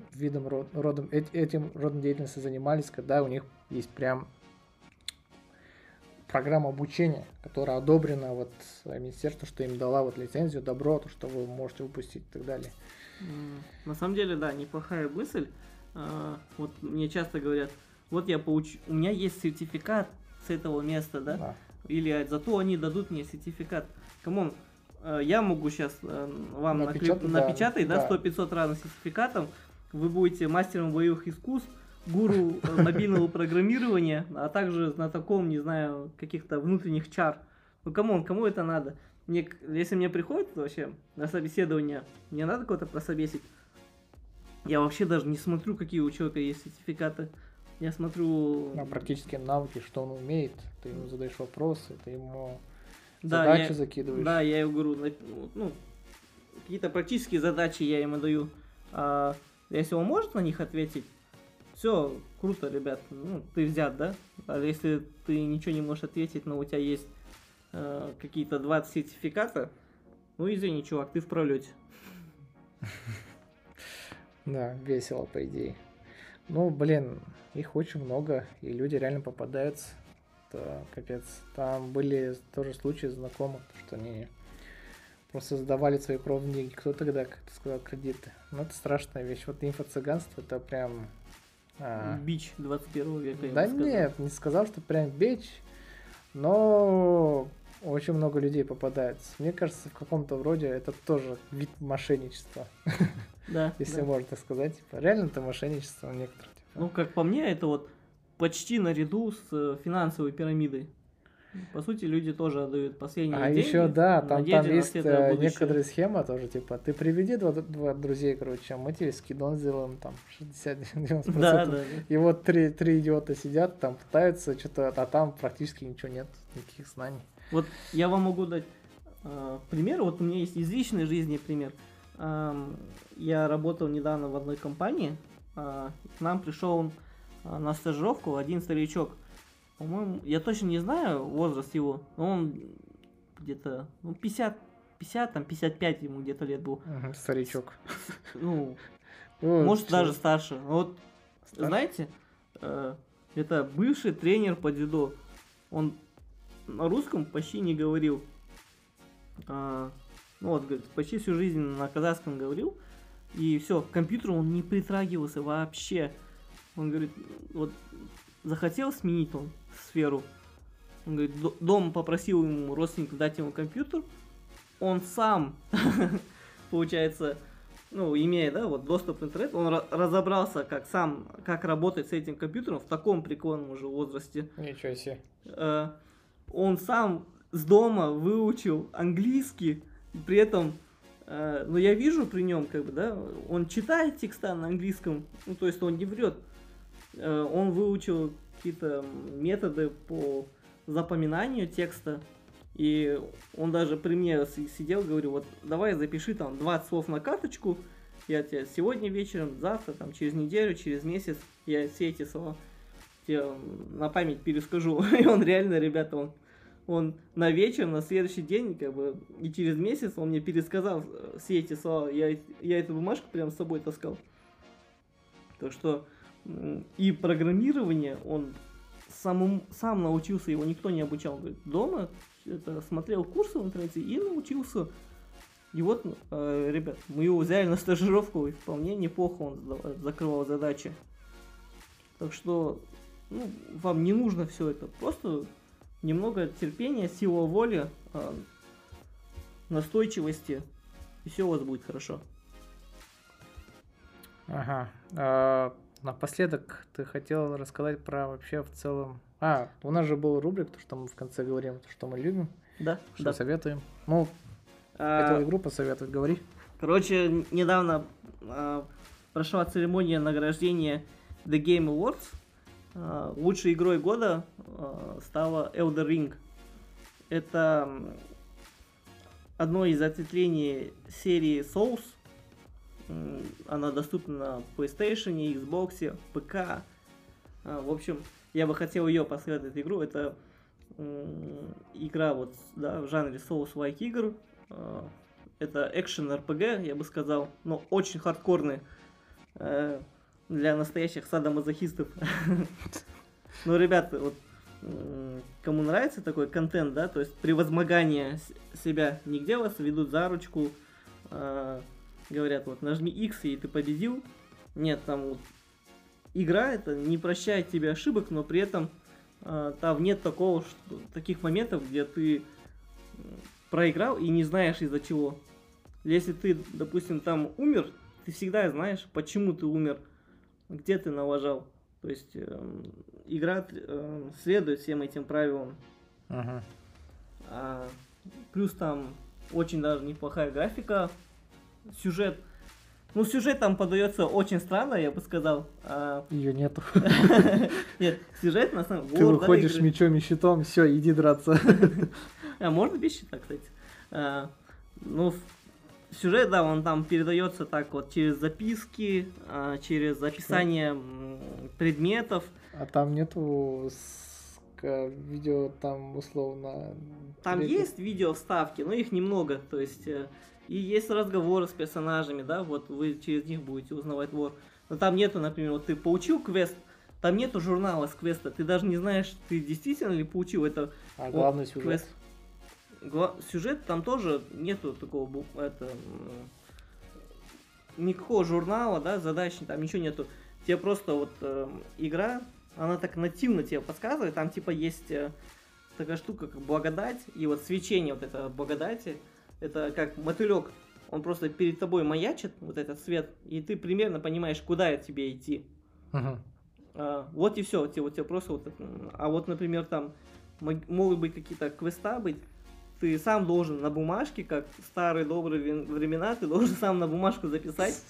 [SPEAKER 1] родом деятельности занимались, когда у них есть прям программа обучения, которая одобрена вот министерством, что им дала вот лицензию, добро, то, что вы можете выпустить и так далее.
[SPEAKER 2] На самом деле, да, неплохая мысль. Вот мне часто говорят, вот у меня есть сертификат с этого места, да? Или зато они дадут мне сертификат. Камон, я могу сейчас вам напечатать, да, 100-500 разных сертификатов. Вы будете мастером боевых искусств, гуру мобильного программирования, а также знатоком, не знаю, каких-то внутренних чар. Ну, камон, кому это надо? Если мне приходит вообще на собеседование, мне надо кого-то прособесить. Я вообще даже не смотрю, какие у человека есть сертификаты. Я смотрю...
[SPEAKER 1] На практические навыки, что он умеет. Ты ему задаешь вопросы, ты ему
[SPEAKER 2] Да,
[SPEAKER 1] задачи закидываешь.
[SPEAKER 2] Да, я ему говорю, ну, какие-то практические задачи я ему даю. А если он может на них ответить, все, круто, ребят, ну, ты взят, да? А если ты ничего не можешь ответить, но у тебя есть какие-то 20 сертификата, ну, извини, чувак, ты в пролете.
[SPEAKER 1] Да, весело, по идее. Ну, блин, их очень много, и люди реально попадаются. Это капец. Там были тоже случаи знакомых, что они просто сдавали свои кровные деньги. Кто тогда, как ты сказал, кредиты. Ну, это страшная вещь. Вот инфо-цыганство, это прям...
[SPEAKER 2] Бич 21 века, я
[SPEAKER 1] Да
[SPEAKER 2] бы сказал.
[SPEAKER 1] нет, не сказал, что прям бич, но очень много людей попадается. Мне кажется, в каком-то роде это тоже вид мошенничества.
[SPEAKER 2] Да,
[SPEAKER 1] Если
[SPEAKER 2] да.
[SPEAKER 1] можно так сказать. Типа, реально это мошенничество у некоторых. Типа.
[SPEAKER 2] Ну, как по мне, это вот почти наряду с финансовой пирамидой. По сути, люди тоже отдают последние деньги.
[SPEAKER 1] Еще, да,
[SPEAKER 2] в
[SPEAKER 1] там
[SPEAKER 2] надежде на
[SPEAKER 1] есть
[SPEAKER 2] светлое будущее.
[SPEAKER 1] некоторые схемы тоже, типа, ты приведи два друзей, короче, а мы тебе скидон сделаем, там, 60-90%.
[SPEAKER 2] Да, да, да.
[SPEAKER 1] И вот три идиота сидят, там, пытаются что-то, а там практически ничего нет, никаких знаний.
[SPEAKER 2] Вот я вам могу дать пример. Вот у меня есть из личной жизни пример. Я работал недавно в одной компании. К нам пришел на стажировку один старичок. По-моему, я точно не знаю возраст его, но он где-то 50, там 55 ему где-то лет был.
[SPEAKER 1] Старичок.
[SPEAKER 2] Ну,
[SPEAKER 1] Ну,
[SPEAKER 2] может
[SPEAKER 1] чё,
[SPEAKER 2] даже старше. Вот,
[SPEAKER 1] старше?
[SPEAKER 2] знаете, это бывший тренер по дзюдо. Он на русском почти не говорил. Ну вот, говорит, почти всю жизнь на казахском говорил. И все, к компьютеру он не притрагивался вообще. Он говорит, вот захотел сменить он сферу. Он говорит, дома попросил ему родственников дать ему компьютер. Он сам, получается, ну, имея, да, вот доступ в интернет, он разобрался, как работать с этим компьютером в таком преклонном уже возрасте.
[SPEAKER 1] Ничего себе.
[SPEAKER 2] Он сам с дома выучил английский, при этом, ну, я вижу при нем, как бы, да, он читает текста на английском, ну, то есть он не врет. Он выучил какие-то методы по запоминанию текста, и он даже при мне сидел, говорю, вот давай запиши там 20 слов на карточку, я тебе сегодня вечером, завтра, там, через неделю, через месяц, я все эти слова тебе на память перескажу. И он реально, ребята, он на вечер, на следующий день, как бы, и через месяц он мне пересказал все эти слова. Я эту бумажку прям с собой таскал. Так что и программирование он сам научился, его никто не обучал. Говорит, дома смотрел курсы в интернете и научился. И вот, ребят, мы его взяли на стажировку, и вполне неплохо он закрывал задачи. Так что, ну, вам не нужно все это. Просто немного терпения, сила воли, настойчивости, и все у вас будет хорошо.
[SPEAKER 1] Ага. Напоследок ты хотел рассказать про вообще в целом... у нас же был рубрик, то, что мы в конце говорим, то, что мы любим,
[SPEAKER 2] Да,
[SPEAKER 1] что
[SPEAKER 2] да.
[SPEAKER 1] советуем. Ну, хотел игру посоветовать, говори.
[SPEAKER 2] Короче, недавно прошла церемония награждения The Game Awards. Лучшей игрой года стала Elden Ring. Это одно из ответвлений серии Souls. Она доступна на PlayStation, Xbox, ПК. В общем, я бы хотел ее посоветовать игру. Это игра вот, да, в жанре Souls-like игр. Это экшен-РПГ, я бы сказал, но очень хардкорный для настоящих садомазохистов. Ну, ребята, вот кому нравится такой контент, да, то есть превозмогание себя, нигде вас ведут за ручку, говорят, вот нажми X и ты победил. Нет, там вот игра это не прощает тебе ошибок, но при этом там нет таких моментов, где ты проиграл и не знаешь из-за чего. Если ты, допустим, там умер, ты всегда знаешь, почему ты умер, где ты налажал. То есть игра следует всем этим правилам.
[SPEAKER 1] Ага.
[SPEAKER 2] Плюс там очень даже неплохая графика, сюжет Ну, сюжет там подается очень странно, я бы сказал.
[SPEAKER 1] Ее нету.
[SPEAKER 2] Нет, сюжет на самом деле...
[SPEAKER 1] Ты выходишь мечом и щитом, все, иди драться.
[SPEAKER 2] Можно без щита, кстати. Ну, сюжет, да, он там передается так вот через записки, через описание предметов.
[SPEAKER 1] А там нету видео, там условно...
[SPEAKER 2] Там есть видео вставки, но их немного, то есть... И есть разговоры с персонажами, да, вот вы через них будете узнавать лор. Но там нету, например, вот ты получил квест, там нету журнала с квеста, ты даже не знаешь, ты действительно ли получил это.
[SPEAKER 1] А главный сюжет?
[SPEAKER 2] Сюжет там тоже нету такого, никакого журнала, да, задач, там ничего нету. Тебе просто вот игра, она так нативно тебе подсказывает, там типа есть такая штука, как благодать, и вот свечение вот это благодати, это как мотылек, он просто перед тобой маячит, вот этот свет, и ты примерно понимаешь, куда тебе идти. Вот и все, тебе просто вот, а вот, например, там могут быть какие-то квеста быть, ты сам должен на бумажке, как в старые добрые времена, ты должен сам на бумажку записать,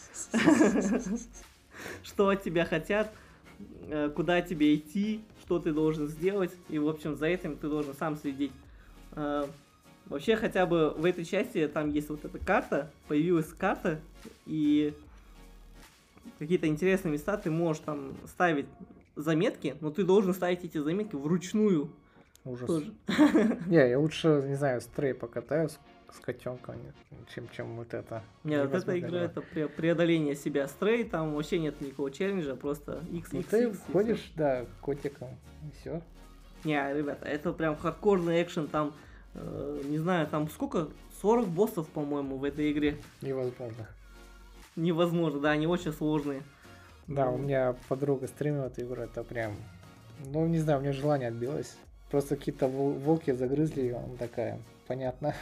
[SPEAKER 2] что от тебя хотят, куда тебе идти, что ты должен сделать, и, в общем, за этим ты должен сам следить. Вообще, хотя бы в этой части там есть вот эта карта, появилась карта, и какие-то интересные места ты можешь там ставить заметки, но ты должен ставить эти заметки вручную.
[SPEAKER 1] Ужас. Тоже. Не, я лучше, не знаю, стрей покатаю с котенком, чем вот это.
[SPEAKER 2] Нет, вот эта игра, это преодоление себя. Стрей, там вообще нет никакого челленджа, просто XX.
[SPEAKER 1] Ты входишь, да, котиком, и все.
[SPEAKER 2] Не, ребята, это прям хардкорный экшен, там, не знаю, там сколько? 40 боссов, по-моему, в этой игре.
[SPEAKER 1] Невозможно.
[SPEAKER 2] Невозможно, да, они очень сложные.
[SPEAKER 1] Да, у меня подруга стримила эту игру, это прям, ну, не знаю, у меня желание отбилось. Просто какие-то волки загрызли ее, она такая, понятно.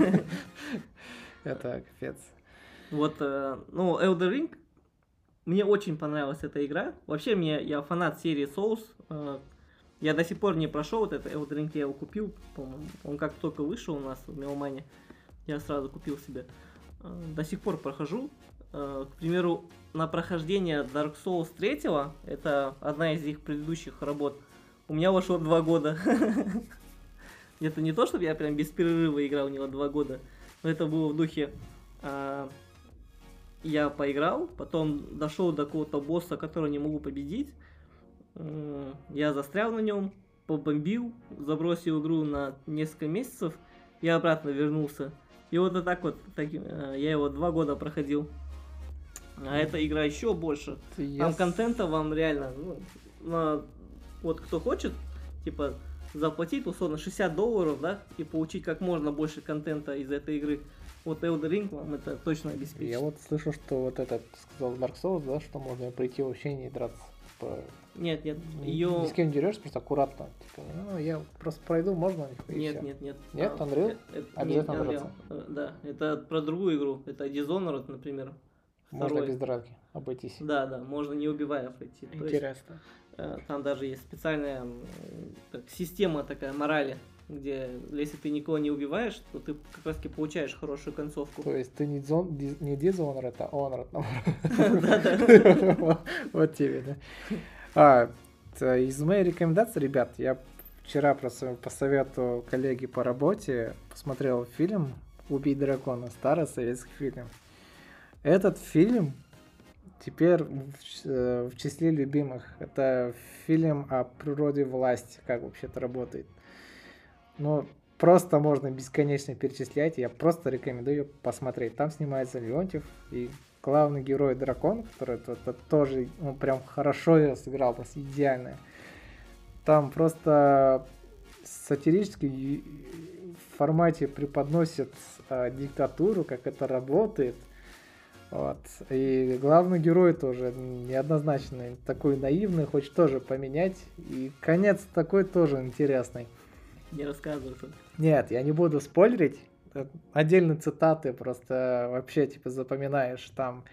[SPEAKER 1] Это капец.
[SPEAKER 2] Вот, ну, Elden Ring, мне очень понравилась эта игра. Вообще, я фанат серии Souls. Я до сих пор не прошел вот этот Elden Ring, я его купил, по-моему. Он как только вышел у нас в Меломане, я сразу купил себе. До сих пор прохожу. К примеру, на прохождение Dark Souls 3, это одна из их предыдущих работ, у меня вошло 2 года. Это не то, чтобы я прям без перерыва играл у него 2 года, но это было в духе... Я поиграл, потом дошел до какого-то босса, которого не могу победить. Я застрял на нем, побомбил, забросил игру на несколько месяцев и обратно вернулся. И вот так вот, я его 2 года проходил. А эта игра еще больше. Там контента вам реально, вот кто хочет, типа, заплатить условно $60, да, и получить как можно больше контента из этой игры. Вот Elden Ring вам это точно обеспечит.
[SPEAKER 1] Я вот слышу, что вот этот сказал Dark Souls, да, что можно прийти вообще не драться.
[SPEAKER 2] Нет,
[SPEAKER 1] ее... Ни с кем не дерешься, просто аккуратно. Типа, ну, я просто пройду, можно?
[SPEAKER 2] Нет.
[SPEAKER 1] Нет, Unreal? Обязательно драться?
[SPEAKER 2] Да, это про другую игру. Это Dishonored, например.
[SPEAKER 1] Можно без драки обойтись.
[SPEAKER 2] Да, можно не убивая пройти.
[SPEAKER 1] Интересно.
[SPEAKER 2] Там даже есть специальная система такая морали, где если ты никого не убиваешь, то ты как раз таки получаешь хорошую концовку.
[SPEAKER 1] То есть ты не Dishonored, а Honored.
[SPEAKER 2] Да.
[SPEAKER 1] Вот тебе, да. Из моей рекомендации, ребят, я вчера просто по совету коллеги по работе посмотрел фильм «Убить дракона», старый советский фильм. Этот фильм теперь в числе любимых. Это фильм о природе власти, как вообще это работает. Ну, просто можно бесконечно перечислять. Я просто рекомендую посмотреть. Там снимается Леонтьев и главный герой дракон, который это тоже, он прям хорошо ее сыграл, просто идеально. Там просто сатирически в формате преподносят диктатуру, как это работает. Вот. И главный герой тоже неоднозначный, такой наивный, хочет тоже поменять. И конец такой тоже интересный.
[SPEAKER 2] Не рассказывай.
[SPEAKER 1] Нет, я не буду спойлерить. Отдельные цитаты просто вообще типа запоминаешь. Там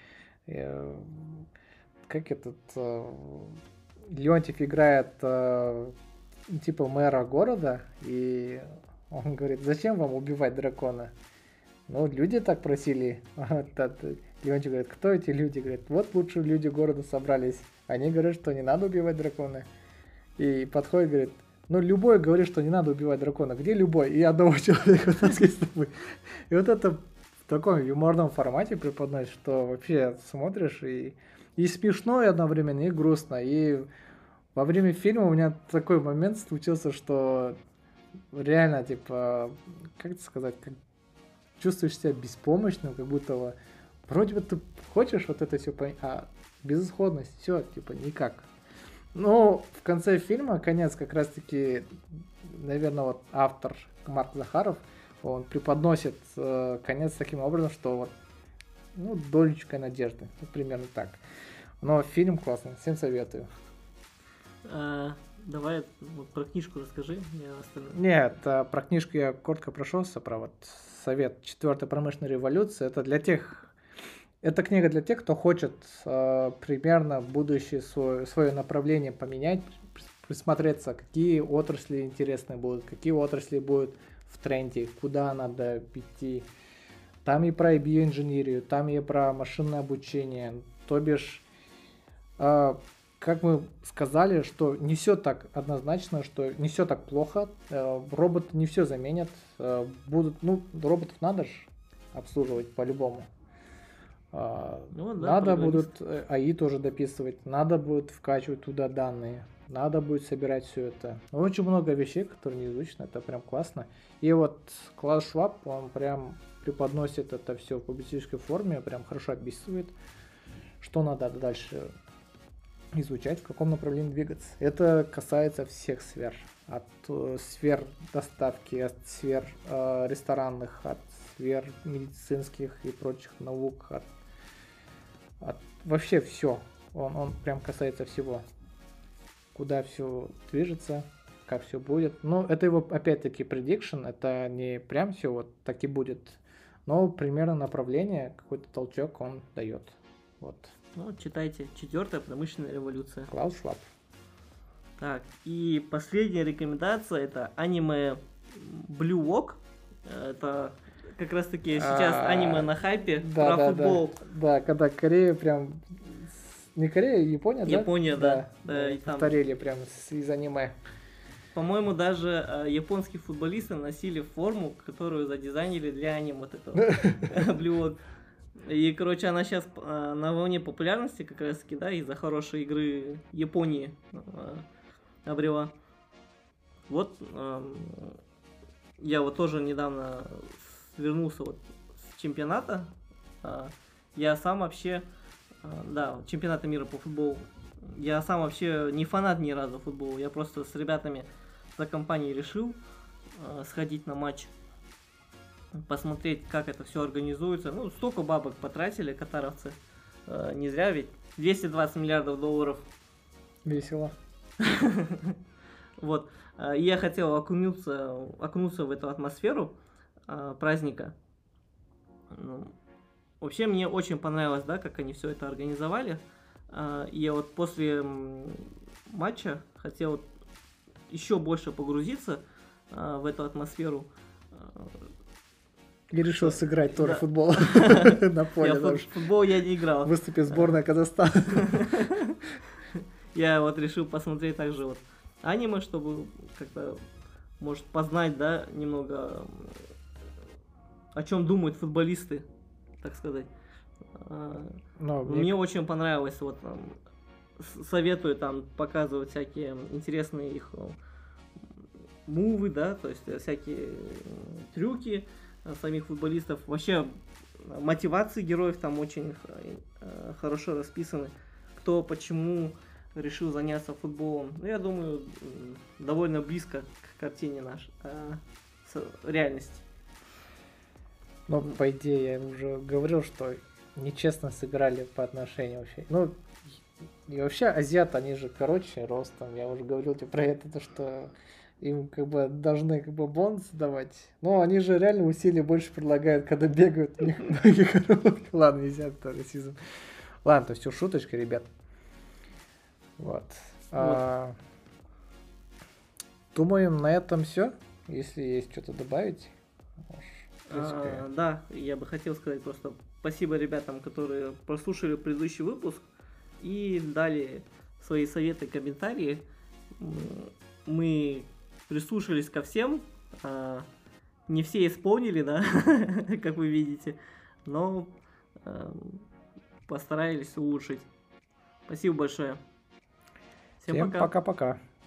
[SPEAKER 1] как этот Леонтьев играет типа мэра города, и он говорит: зачем вам убивать дракона? Ну, люди так просили. И он говорит, кто эти люди? Говорит, вот лучшие люди города собрались. Они говорят, что не надо убивать дракона. И подходит, говорит, ну любой говорит, что не надо убивать дракона. Где любой? И одного человека таскать с тобой. И вот это в таком юморном формате преподносит, что вообще смотришь и смешно, и одновременно, и грустно. И во время фильма у меня такой момент случился, что реально, типа, как это сказать, как чувствуешь себя беспомощным, как будто вроде бы ты хочешь вот это все понять, а безысходность, все, типа, никак. Но в конце фильма, конец как раз-таки, наверное, вот автор Марк Захаров, он преподносит конец таким образом, что вот, ну, долечка надежды, вот примерно так. Но фильм классный, всем советую.
[SPEAKER 2] Давай вот про книжку расскажи.
[SPEAKER 1] Нет, про книжку я коротко прошелся, про вот совет «Четвертая промышленная революция». Это книга для тех, кто хочет примерно будущее свое направление поменять, присмотреться, какие отрасли интересные будут, какие отрасли будут в тренде, куда надо идти. Там и про биоинженерию, там и про машинное обучение. То бишь, как мы сказали, что не все так однозначно, что не все так плохо, роботы не все заменят, роботов надо же обслуживать по-любому. Надо будут АИ тоже дописывать, надо будет вкачивать туда данные, надо будет собирать все это. Очень много вещей, которые не изучены, это прям классно. И вот Клаус Шваб, он прям преподносит это все в публицистической форме, прям хорошо описывает, что надо дальше изучать, в каком направлении двигаться. Это касается всех сфер. От сфер доставки, от сфер ресторанных, от сфер медицинских и прочих наук, вообще все. Он прям касается всего. Куда все движется, как все будет. Но это его, опять-таки, prediction. Это не прям все вот так и будет. Но примерно направление, какой-то толчок он дает. Вот.
[SPEAKER 2] Ну, читайте. Четвертая промышленная революция.
[SPEAKER 1] Клаус Шваб.
[SPEAKER 2] Так, и последняя рекомендация — это аниме Blue Walk. Это как раз таки сейчас аниме на хайпе про футбол.
[SPEAKER 1] Да, когда Корея прям... Не Корея, Япония, да?
[SPEAKER 2] Япония, да.
[SPEAKER 1] Повторили прям из аниме.
[SPEAKER 2] По-моему, даже японские футболисты носили форму, которую задизайнили для аниме вот этого Blue Walk. И, короче, она сейчас на волне популярности как раз таки, да, из-за хорошей игры Японии обрела. Вот я вот тоже недавно вернулся вот с чемпионата. Я сам вообще, чемпионата мира по футболу. Я сам вообще не фанат ни разу футбола. Я просто с ребятами за компанией решил сходить на матч, посмотреть, как это все организуется. Ну, столько бабок потратили катаровцы. Не зря ведь. 220 миллиардов долларов.
[SPEAKER 1] Весело.
[SPEAKER 2] Вот. И я хотел окунуться в эту атмосферу праздника. Вообще мне очень понравилось, да, как они все это организовали. И вот после матча хотел еще больше погрузиться в эту атмосферу.
[SPEAKER 1] И решил сыграть тоже футбол на поле.
[SPEAKER 2] Футбол я не играл.
[SPEAKER 1] Выступит сборная Казахстана.
[SPEAKER 2] Я вот решил посмотреть также вот аниме, чтобы как-то, может, познать, да, немного, о чем думают футболисты, так сказать. Мне очень понравилось, вот, советую там показывать всякие интересные их мувы, да, то есть всякие трюки самих футболистов. Вообще мотивации героев там очень хорошо расписаны. Кто почему решил заняться футболом. Ну, я думаю, довольно близко к картине нашей реальности.
[SPEAKER 1] Ну, по идее, я уже говорил, что нечестно сыграли по отношению вообще. Ну, и вообще азиаты, они же короче ростом. Я уже говорил тебе про это, то что им как бы должны как бы бонус давать. Но они же реально усилия больше предлагают, когда бегают. У них ноги короткие. Ладно, нельзя, это расизм. Ладно, то все шуточка, ребят. Вот. Думаем, на этом все. Если есть что-то добавить.
[SPEAKER 2] Да, я бы хотел сказать просто спасибо ребятам, которые прослушали предыдущий выпуск и дали свои советы, комментарии. Мы прислушались ко всем. Не все исполнили, да, как вы видите, но постарались улучшить. Спасибо большое.
[SPEAKER 1] Всем пока-пока.